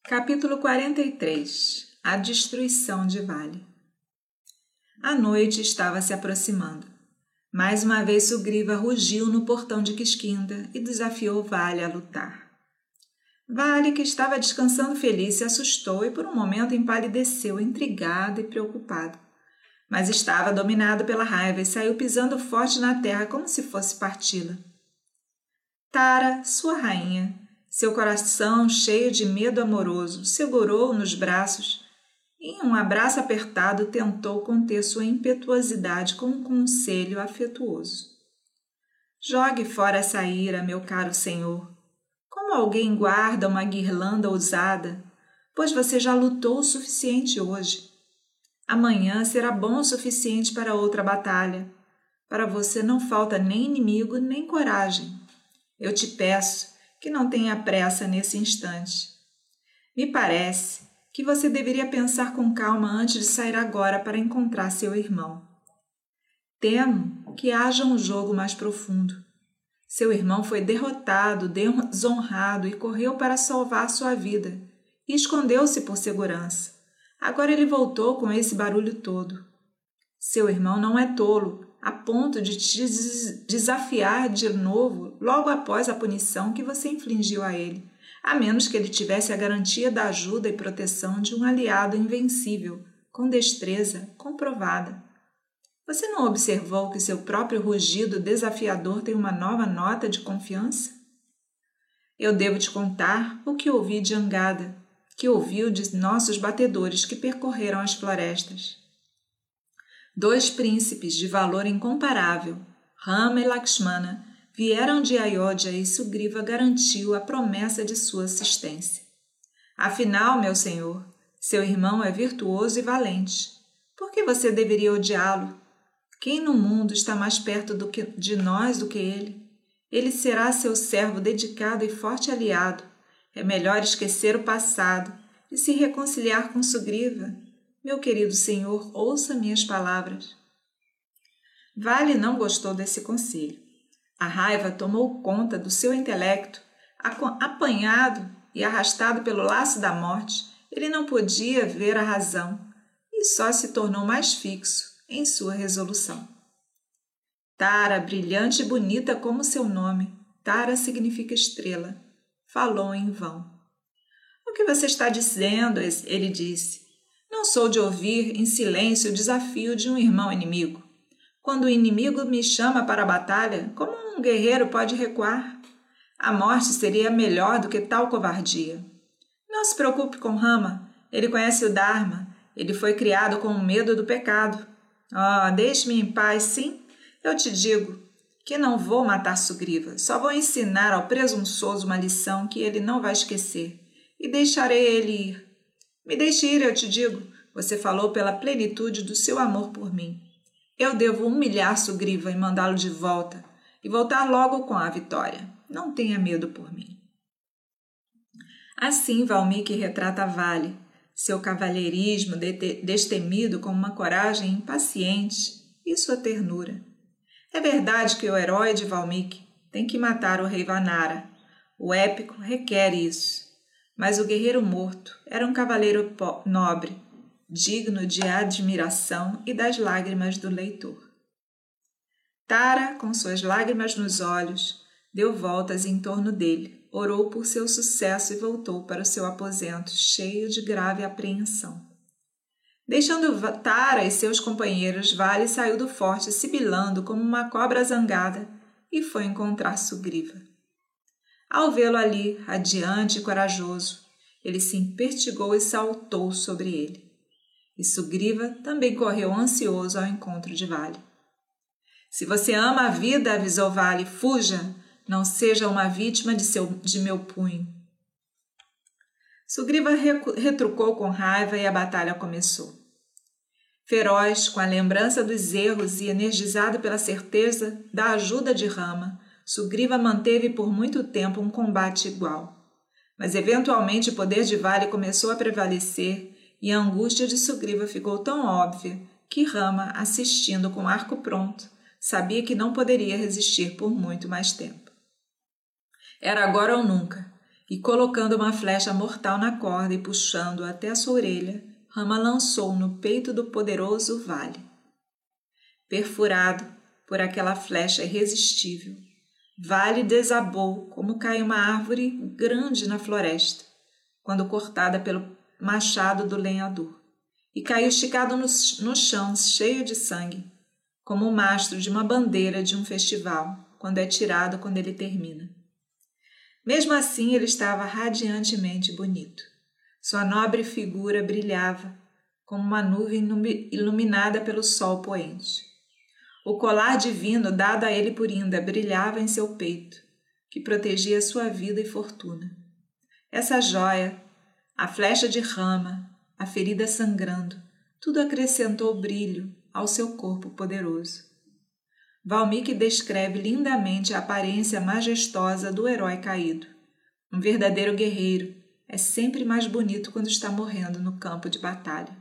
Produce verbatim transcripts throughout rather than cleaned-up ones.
Capítulo quarenta e três. A destruição de Vali. A noite estava se aproximando. Mais uma vez Sugriva rugiu no portão de Kiskindha e desafiou Vali a lutar. Vali, que estava descansando feliz, se assustou e por um momento empalideceu, intrigado e preocupado. Mas estava dominado pela raiva e saiu pisando forte na terra como se fosse parti-la. Tara, sua rainha, seu coração cheio de medo amoroso, segurou-o nos braços e, em um abraço apertado, tentou conter sua impetuosidade com um conselho afetuoso. Jogue fora essa ira, meu caro senhor. Como alguém guarda uma guirlanda ousada, pois você já lutou o suficiente hoje. Amanhã será bom o suficiente para outra batalha. Para você não falta nem inimigo, nem coragem. Eu te peço que não tenha pressa nesse instante. Me parece que você deveria pensar com calma antes de sair agora para encontrar seu irmão. Temo que haja um jogo mais profundo. Seu irmão foi derrotado, desonrado e correu para salvar sua vida e escondeu-se por segurança. Agora ele voltou com esse barulho todo. Seu irmão não é tolo, a ponto de te desafiar de novo logo após a punição que você infligiu a ele, a menos que ele tivesse a garantia da ajuda e proteção de um aliado invencível, com destreza comprovada. Você não observou que seu próprio rugido desafiador tem uma nova nota de confiança? Eu devo te contar o que ouvi de Angada, que ouviu de nossos batedores que percorreram as florestas. Dois príncipes de valor incomparável, Rama e Lakshmana, vieram de Ayodhya e Sugriva garantiu a promessa de sua assistência. Afinal, meu senhor, seu irmão é virtuoso e valente. Por que você deveria odiá-lo? Quem no mundo está mais perto do que, de nós do que ele? Ele será seu servo dedicado e forte aliado. É melhor esquecer o passado e se reconciliar com Sugriva. Meu querido senhor, ouça minhas palavras. Vali não gostou desse conselho. A raiva tomou conta do seu intelecto. Apanhado e arrastado pelo laço da morte, ele não podia ver a razão e só se tornou mais fixo em sua resolução. Tara, brilhante e bonita como seu nome, Tara significa estrela, falou em vão. O que você está dizendo? Ele disse. Não sou de ouvir em silêncio o desafio de um irmão inimigo. Quando o inimigo me chama para a batalha, como um guerreiro pode recuar? A morte seria melhor do que tal covardia. Não se preocupe com Rama, ele conhece o Dharma, ele foi criado com o medo do pecado. Oh, deixe-me em paz, sim? Eu te digo que não vou matar Sugriva, só vou ensinar ao presunçoso uma lição que ele não vai esquecer e deixarei ele ir. Me deixe ir, eu te digo. Você falou pela plenitude do seu amor por mim. Eu devo humilhar Sugriva e mandá-lo de volta, e voltar logo com a vitória. Não tenha medo por mim. Assim Valmiki retrata Vali, seu cavalheirismo destemido com uma coragem impaciente e sua ternura. É verdade que o herói de Valmiki tem que matar o rei Vanara. O épico requer isso. Mas o guerreiro morto era um cavaleiro nobre, digno de admiração e das lágrimas do leitor. Tara, com suas lágrimas nos olhos, deu voltas em torno dele, orou por seu sucesso e voltou para o seu aposento, cheio de grave apreensão. Deixando Tara e seus companheiros, Vali saiu do forte sibilando como uma cobra zangada e foi encontrar Sugriva. Ao vê-lo ali, radiante e corajoso, ele se impertigou e saltou sobre ele. E Sugriva também correu ansioso ao encontro de Vali. Se você ama a vida, avisou Vali, fuja, não seja uma vítima de, seu, de meu punho. Sugriva retrucou com raiva e a batalha começou. Feroz, com a lembrança dos erros e energizado pela certeza da ajuda de Rama, Sugriva manteve por muito tempo um combate igual. Mas eventualmente o poder de Vali começou a prevalecer e a angústia de Sugriva ficou tão óbvia que Rama, assistindo com o arco pronto, sabia que não poderia resistir por muito mais tempo. Era agora ou nunca. e colocando uma flecha mortal na corda e puxando até a sua orelha, Rama lançou no peito do poderoso Vali. Perfurado por aquela flecha irresistível, Vali desabou como cai uma árvore grande na floresta, quando cortada pelo machado do lenhador, e caiu esticado no, no chão, cheio de sangue, como o mastro de uma bandeira de um festival, quando é tirado quando ele termina. Mesmo assim, ele estava radiantemente bonito. Sua nobre figura brilhava como uma nuvem iluminada pelo sol poente. O colar divino dado a ele por Indra brilhava em seu peito, que protegia sua vida e fortuna. Essa joia, a flecha de Rama, a ferida sangrando, tudo acrescentou brilho ao seu corpo poderoso. Valmiki descreve lindamente a aparência majestosa do herói caído. Um verdadeiro guerreiro é sempre mais bonito quando está morrendo no campo de batalha.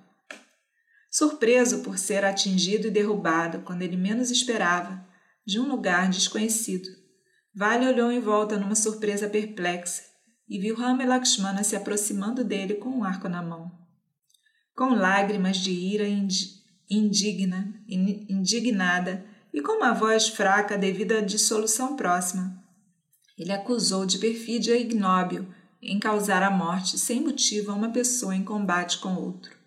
Surpreso por ser atingido e derrubado quando ele menos esperava, de um lugar desconhecido, Vali olhou em volta numa surpresa perplexa e viu Rama e Lakshmana se aproximando dele com um arco na mão. Com lágrimas de ira indigna, indignada e com uma voz fraca devido à dissolução próxima, ele acusou de perfídia ignóbil em causar a morte sem motivo a uma pessoa em combate com outro.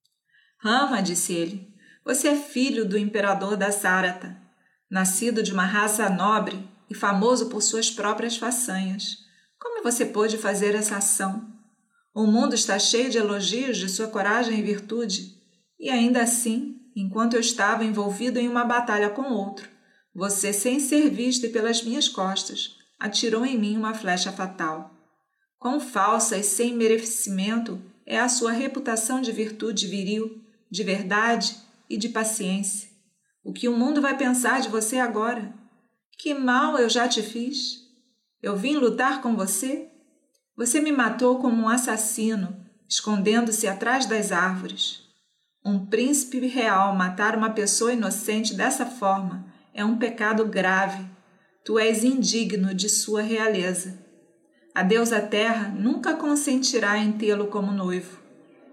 Rama, disse ele, você é filho do imperador da Sarata, nascido de uma raça nobre e famoso por suas próprias façanhas. Como você pôde fazer essa ação? O mundo está cheio de elogios de sua coragem e virtude, e ainda assim, enquanto eu estava envolvido em uma batalha com outro, você, sem ser visto e pelas minhas costas, atirou em mim uma flecha fatal. Quão falsa e sem merecimento é a sua reputação de virtude viril, de verdade e de paciência. O que o mundo vai pensar de você agora? Que mal eu já te fiz? Eu vim lutar com você? Você me matou como um assassino, escondendo-se atrás das árvores. Um príncipe real matar uma pessoa inocente dessa forma é um pecado grave. Tu és indigno de sua realeza. A deusa Terra nunca consentirá em tê-lo como noivo.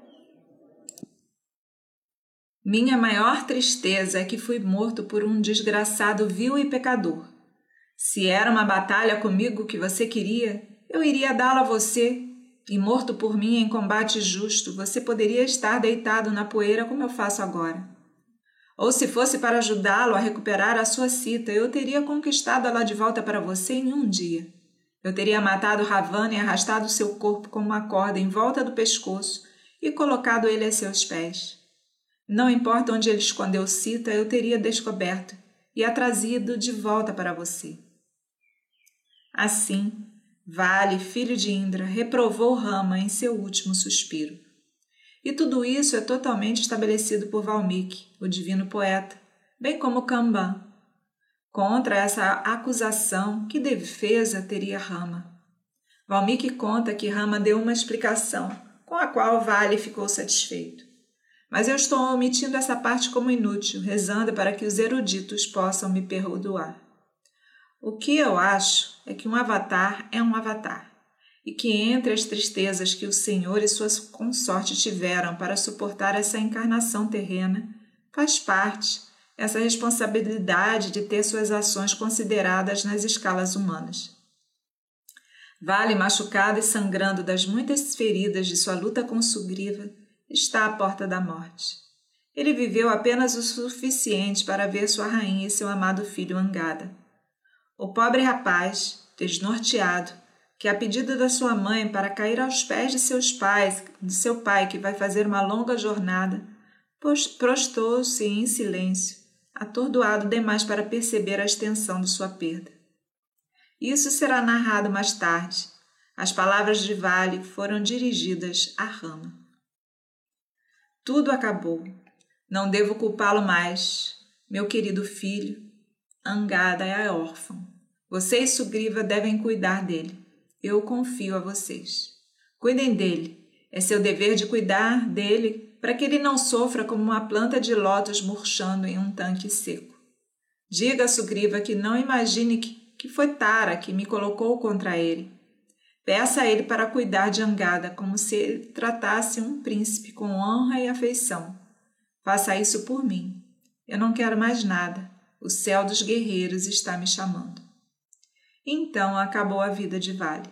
Minha maior tristeza é que fui morto por um desgraçado vil e pecador. Se era uma batalha comigo que você queria, eu iria dá-la a você, e morto por mim em combate justo, você poderia estar deitado na poeira como eu faço agora. Ou se fosse para ajudá-lo a recuperar a sua Sita, eu teria conquistado ela de volta para você em um dia. Eu teria matado Ravana e arrastado seu corpo com uma corda em volta do pescoço e colocado ele a seus pés. Não importa onde ele escondeu Sita, eu teria descoberto e a trazido de volta para você. Assim, Vali, filho de Indra, reprovou Rama em seu último suspiro. E tudo isso é totalmente estabelecido por Valmiki, o divino poeta, bem como Kamban. Contra essa acusação, que defesa teria Rama? Valmiki conta que Rama deu uma explicação, com a qual Vali ficou satisfeito. Mas eu estou omitindo essa parte como inútil, rezando para que os eruditos possam me perdoar. O que eu acho é que um avatar é um avatar, e que entre as tristezas que o Senhor e sua consorte tiveram para suportar essa encarnação terrena, faz parte essa responsabilidade de ter suas ações consideradas nas escalas humanas. Vali, machucado e sangrando das muitas feridas de sua luta com Sugriva, está à porta da morte. Ele viveu apenas o suficiente para ver sua rainha e seu amado filho Angada. O pobre rapaz, desnorteado, que a pedido da sua mãe para cair aos pés de seus pais, de seu pai que vai fazer uma longa jornada, prostrou-se em silêncio, atordoado demais para perceber a extensão de sua perda. Isso será narrado mais tarde. As palavras de Vali foram dirigidas a Rama. Tudo acabou. Não devo culpá-lo mais. Meu querido filho, Angada é órfão. Você e Sugriva devem cuidar dele. Eu confio a vocês. Cuidem dele. É seu dever de cuidar dele para que ele não sofra como uma planta de lótus murchando em um tanque seco. Diga a Sugriva que não imagine que, que foi Tara que me colocou contra ele. Peça a ele para cuidar de Angada como se ele tratasse um príncipe com honra e afeição. Faça isso por mim. Eu não quero mais nada. O céu dos guerreiros está me chamando. Então acabou a vida de Vali.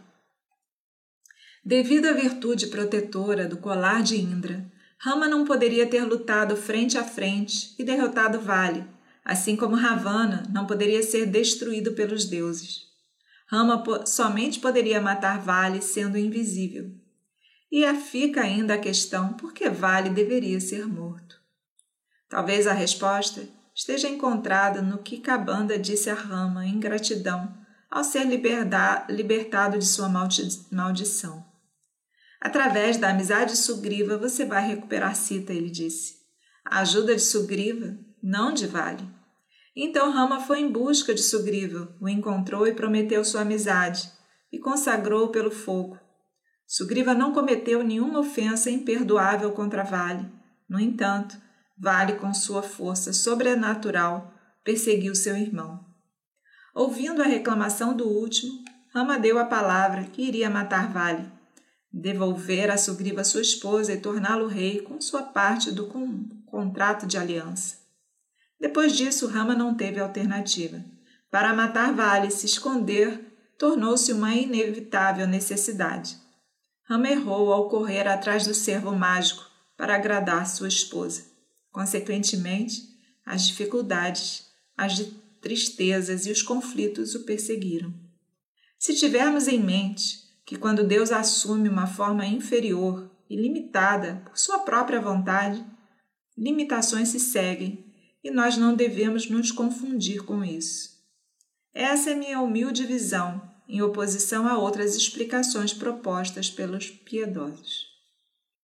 Devido à virtude protetora do colar de Indra, Rama não poderia ter lutado frente a frente e derrotado Vali, assim como Ravana não poderia ser destruído pelos deuses. Rama po- somente poderia matar Vali sendo invisível. E fica ainda a questão por que Vali deveria ser morto. Talvez a resposta esteja encontrada no que Kabanda disse a Rama em gratidão ao ser liberda- libertado de sua maldi- maldição. Através da amizade de Sugriva você vai recuperar Sita, ele disse. A ajuda de Sugriva, não de Vali. Então Rama foi em busca de Sugriva, o encontrou e prometeu sua amizade, e consagrou-o pelo fogo. Sugriva não cometeu nenhuma ofensa imperdoável contra Vali. No entanto, Vali, com sua força sobrenatural, perseguiu seu irmão. Ouvindo a reclamação do último, Rama deu a palavra que iria matar Vali, devolver a Sugriva sua esposa e torná-lo rei com sua parte do com- contrato de aliança. Depois disso, Rama não teve alternativa. Para matar Vali e se esconder, tornou-se uma inevitável necessidade. Rama errou ao correr atrás do cervo mágico para agradar sua esposa. Consequentemente, as dificuldades, as tristezas e os conflitos o perseguiram. Se tivermos em mente que quando Deus assume uma forma inferior e limitada por sua própria vontade, limitações se seguem e nós não devemos nos confundir com isso. Essa é minha humilde visão, em oposição a outras explicações propostas pelos piedosos.